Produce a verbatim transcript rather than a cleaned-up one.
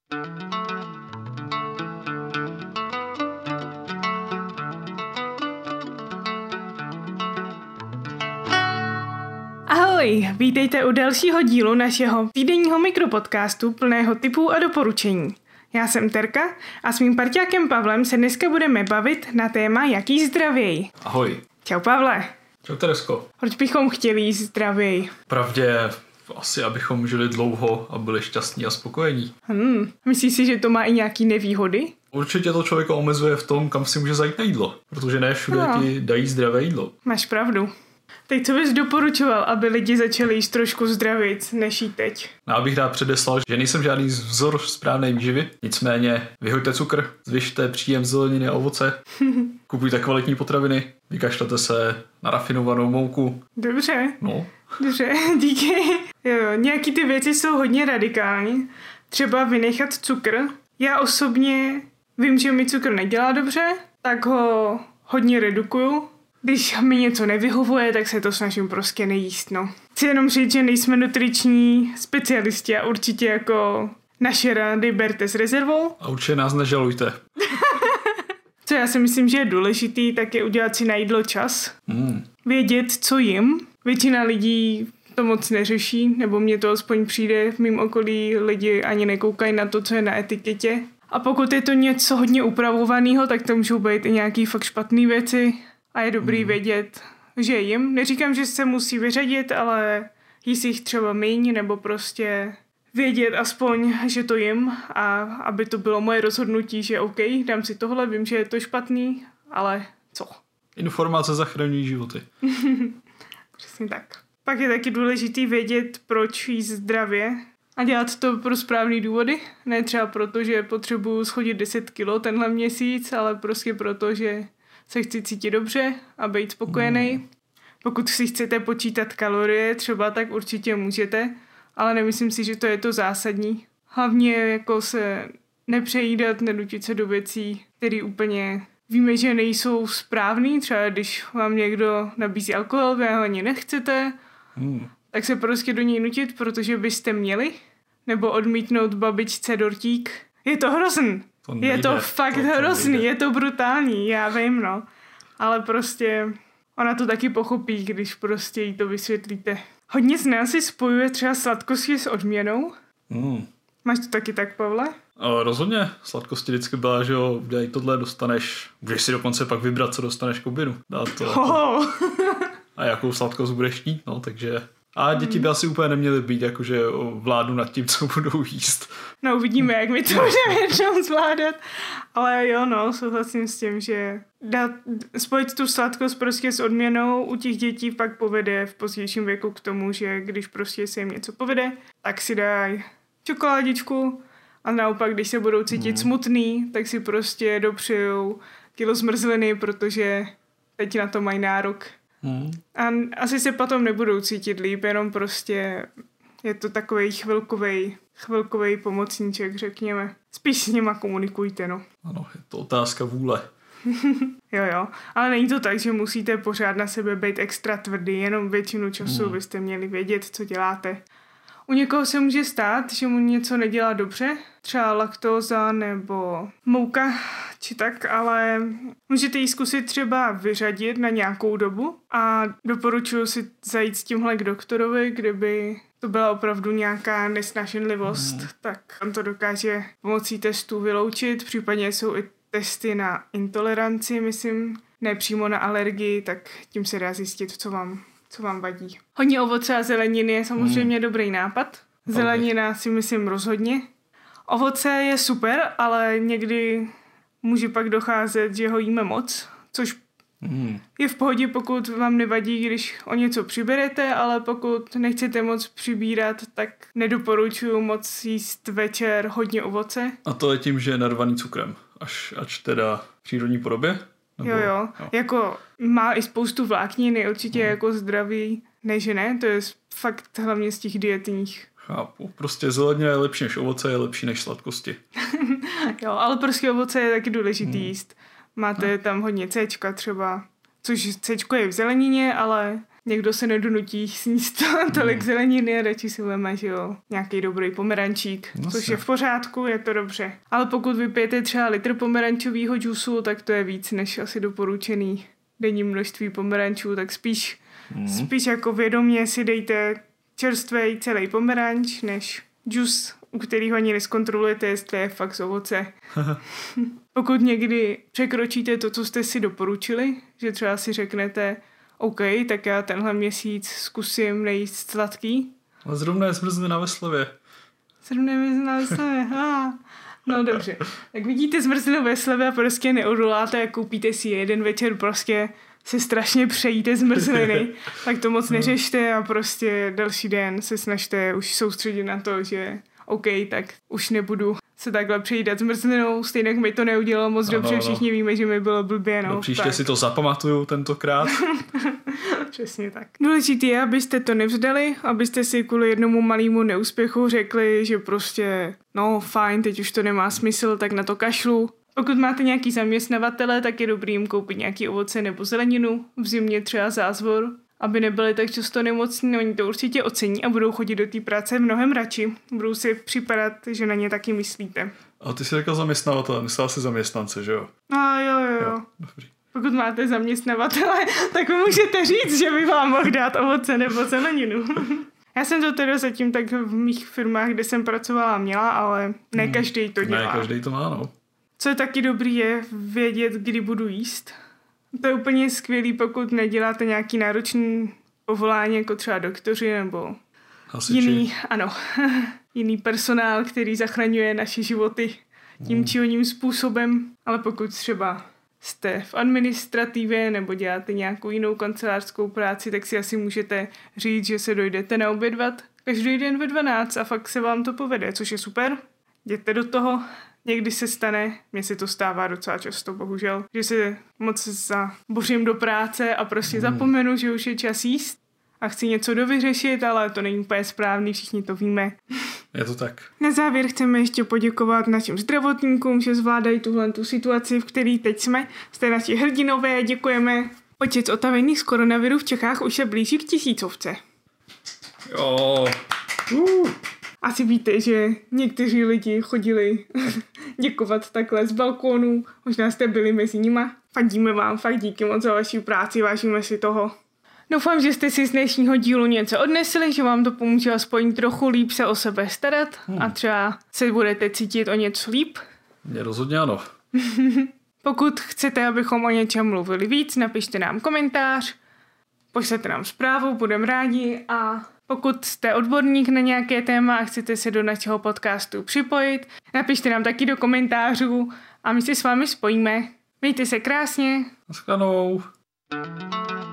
Ahoj, vítejte u dalšího dílu našeho týdenního mikropodcastu plného tipů a doporučení. Já jsem Terka a s mým parťákem Pavlem se dneska budeme bavit na téma jak jíst zdravěji. Ahoj. Čau Pavle. Čau Teresko. Proč bychom chtěli jíst zdravěji? Pravdě asi, abychom žili dlouho a byli šťastní a spokojení. Hmm, myslíš si, že to má i nějaký nevýhody? Určitě to člověka omezuje v tom, kam si může zajít na jídlo, protože ne všude no. ti dají zdravé jídlo. Máš pravdu. Tak co bys doporučoval, aby lidi začali jíst trošku zdravějc, než jí teď? Já bych rád předeslal, že nejsem žádný vzor správné výživy, nicméně vyhoďte cukr, zvyšte příjem zeleniny a ovoce, kupujte kvalitní potraviny, vykašlete se na rafinovanou mouku. Dobře, no. dobře, díky. Jo, nějaký ty věci jsou hodně radikální, třeba vynechat cukr. Já osobně vím, že mi cukr nedělá dobře, tak ho hodně redukuju. Když mi něco nevyhovuje, tak se to snažím prostě nejíst, no. Chci jenom říct, že nejsme nutriční specialisti a určitě jako naše rady berte s rezervou. A určitě nás nežalujte. Co já si myslím, že je důležitý, tak je udělat si na jídlo čas. Mm. Vědět, co jim. Většina lidí to moc neřeší, nebo mně to aspoň přijde v mým okolí, lidi ani nekoukají na to, co je na etiketě. A pokud je to něco hodně upravovaného, tak to můžou být i nějaký fakt špatný věci. A je dobrý hmm. vědět, že jim. Neříkám, že se musí vyřadit, ale jíst jich třeba míň, nebo prostě vědět aspoň, že to jim a aby to bylo moje rozhodnutí, že OK, dám si tohle, vím, že je to špatný, ale co? Informace zachraňují životy. Přesně tak. Pak je taky důležitý vědět, proč jíst zdravě a dělat to pro správný důvody. Ne třeba proto, že potřebuju schodit deset kilo tenhle měsíc, ale prostě proto, že se chci cítit dobře a být spokojený. Mm. Pokud si chcete počítat kalorie třeba, tak určitě můžete, ale nemyslím si, že to je to zásadní. Hlavně jako se nepřejídat, nenutit se do věcí, které úplně víme, že nejsou správný. Třeba když vám někdo nabízí alkohol, vy ho ani nechcete, mm. tak se prostě do něj nutit, protože byste měli. Nebo odmítnout babičce dortík. Je to hrozný. To je to fakt to, hrozný, to je to brutální, já vím, no. Ale prostě ona to taky pochopí, když prostě jí to vysvětlíte. Hodně z nás si spojuje třeba sladkosti s odměnou. Mm. Máš to taky tak, Pavle? O, rozhodně. Sladkosti vždycky byla, že jo, dělej tohle, dostaneš, můžeš si dokonce pak vybrat, co dostaneš k obědu. Dá to, oh. to. A jakou sladkost budeš chtít, no, takže... A děti by asi úplně neměly být jakože vládu nad tím, co budou jíst. No uvidíme, jak my to můžeme jednou zvládat. Ale jo, no, souhlasím s tím, že dát, spojit tu sladkost prostě s odměnou u těch dětí pak povede v pozdějším věku k tomu, že když prostě se jim něco povede, tak si dají čokoládičku a naopak, když se budou cítit mm. smutný, tak si prostě dopřejou kilo zmrzliny, protože teď na to mají nárok. Hmm. A asi se potom nebudou cítit líp, jenom prostě je to takovej chvilkovej, chvilkovej pomocníček, řekněme. Spíš s nima komunikujte, no. Ano, je to otázka vůle. jo, jo, ale není to tak, že musíte pořád na sebe být extra tvrdý, jenom většinu času hmm. byste měli vědět, co děláte. U někoho se může stát, že mu něco nedělá dobře, třeba laktóza nebo mouka či tak, ale můžete ji zkusit třeba vyřadit na nějakou dobu a doporučuji si zajít s tímhle k doktorovi, kdyby to byla opravdu nějaká nesnášenlivost, mm. tak on to dokáže pomocí testů vyloučit, případně jsou i testy na intoleranci, myslím, ne přímo na alergii, tak tím se dá zjistit, co vám co vám vadí. Hodně ovoce a zeleniny je samozřejmě mm. dobrý nápad. Zelenina si myslím rozhodně. Ovoce je super, ale někdy může pak docházet, že ho jíme moc, což mm. je v pohodě, pokud vám nevadí, když o něco přiberete, ale pokud nechcete moc přibírat, tak nedoporučuji moc jíst večer hodně ovoce. A to je tím, že je narvaný cukrem, až, až teda v přírodní podobě? Nebo, jo, jo, jo. Jako má i spoustu vláknin, je určitě no. jako zdravý. Ne, že ne, to je fakt hlavně z těch dietních. Chápu, prostě zelenina je lepší než ovoce, je lepší než sladkosti. jo, ale prostě ovoce je taky důležitý hmm. jíst. Máte no. tam hodně céčka třeba, což céčko je v zelenině, ale někdo se nedonutí sníst tolik mm. zeleniny a radši si veme, že jo, nějaký dobrý pomerančík, no což se. je v pořádku, je to dobře. Ale pokud vypijete třeba litr pomerančového džusu, tak to je víc než asi doporučený denní množství pomerančů, tak spíš, mm. spíš jako vědomě si dejte čerstvej celý pomeranč, než džus, u kterého ani neskontrolujete, jestli je fakt z ovoce. Pokud někdy překročíte to, co jste si doporučili, že třeba si řeknete, OK, tak já tenhle měsíc zkusím nejíst sladký. Ale zrovna je zmrzlina ve slevě. Zrovna je zmrzlina ve slevě, ah. No dobře. Tak vidíte zmrzlinu ve slevě a prostě neodoláte a koupíte si jeden večer, prostě se strašně přejíte zmrzliny, tak to moc neřešte a prostě další den se snažte už soustředit na to, že OK, tak už nebudu se takhle přejídat zmrzlinou, stejně mi to neudělalo moc ano, dobře, všichni no. víme, že mi bylo blbě. No, no příště tak. si to zapamatuju tentokrát. Přesně tak. Důležité je, abyste to nevzdali, abyste si kvůli jednomu malému neúspěchu řekli, že prostě no fajn, teď už to nemá smysl, tak na to kašlu. Pokud máte nějaký zaměstnavatele, tak je dobrý jim koupit nějaký ovoce nebo zeleninu, v zimě třeba zázvor, aby nebyli tak často nemocní, oni to určitě ocení a budou chodit do té práce mnohem radši. Budou si připadat, že na ně taky myslíte. A ty jsi řekl zaměstnavatele, myslela si zaměstnance, že jo? No jo, jo, jo. jo dobrý. Pokud máte zaměstnavatele, tak mi můžete říct, že by vám mohl dát ovoce nebo zeleninu. Já jsem to teda zatím tak v mých firmách, kde jsem pracovala, měla, ale ne každý to dělá. Ne každý to má, no. Co je taky dobrý, je vědět, kdy budu jíst. To je úplně skvělý, pokud neděláte nějaký náročný povolání, jako třeba doktoři nebo Hasiči. jiný, ano, jiný personál, který zachraňuje naše životy tím hmm. či oním způsobem. Ale pokud třeba jste v administrativě nebo děláte nějakou jinou kancelářskou práci, tak si asi můžete říct, že se dojdete naobědvat každý den ve dvanáct a fakt se vám to povede, což je super. Jděte do toho. Někdy se stane, mně se to stává docela často, bohužel, že se moc zabořím do práce a prostě mm. zapomenu, že už je čas jíst a chci něco dovyřešit, ale to není úplně správný, všichni to víme. Je to tak. Na závěr chceme ještě poděkovat našim zdravotníkům, že zvládají tuhle tu situaci, v které teď jsme. Jste naši hrdinové, děkujeme. Počet otavených z koronaviru v Čechách už se blíží k tisícovce. Jo. Uh. Asi víte, že někteří lidi chodili děkovat takhle z balkónu, možná jste byli mezi nima. Fandíme vám, fakt díky moc za vaši práci, vážíme si toho. Doufám, že jste si z dnešního dílu něco odnesli, že vám to pomůže aspoň trochu líp se o sebe starat hmm. a třeba se budete cítit o něco líp. Mně rozhodně ano. Pokud chcete, abychom o něčem mluvili víc, napište nám komentář, pošlete nám zprávu, budeme rádi a pokud jste odborník na nějaké téma a chcete se do našeho podcastu připojit, napište nám taky do komentářů a my se s vámi spojíme. Mějte se krásně. Naschledanou.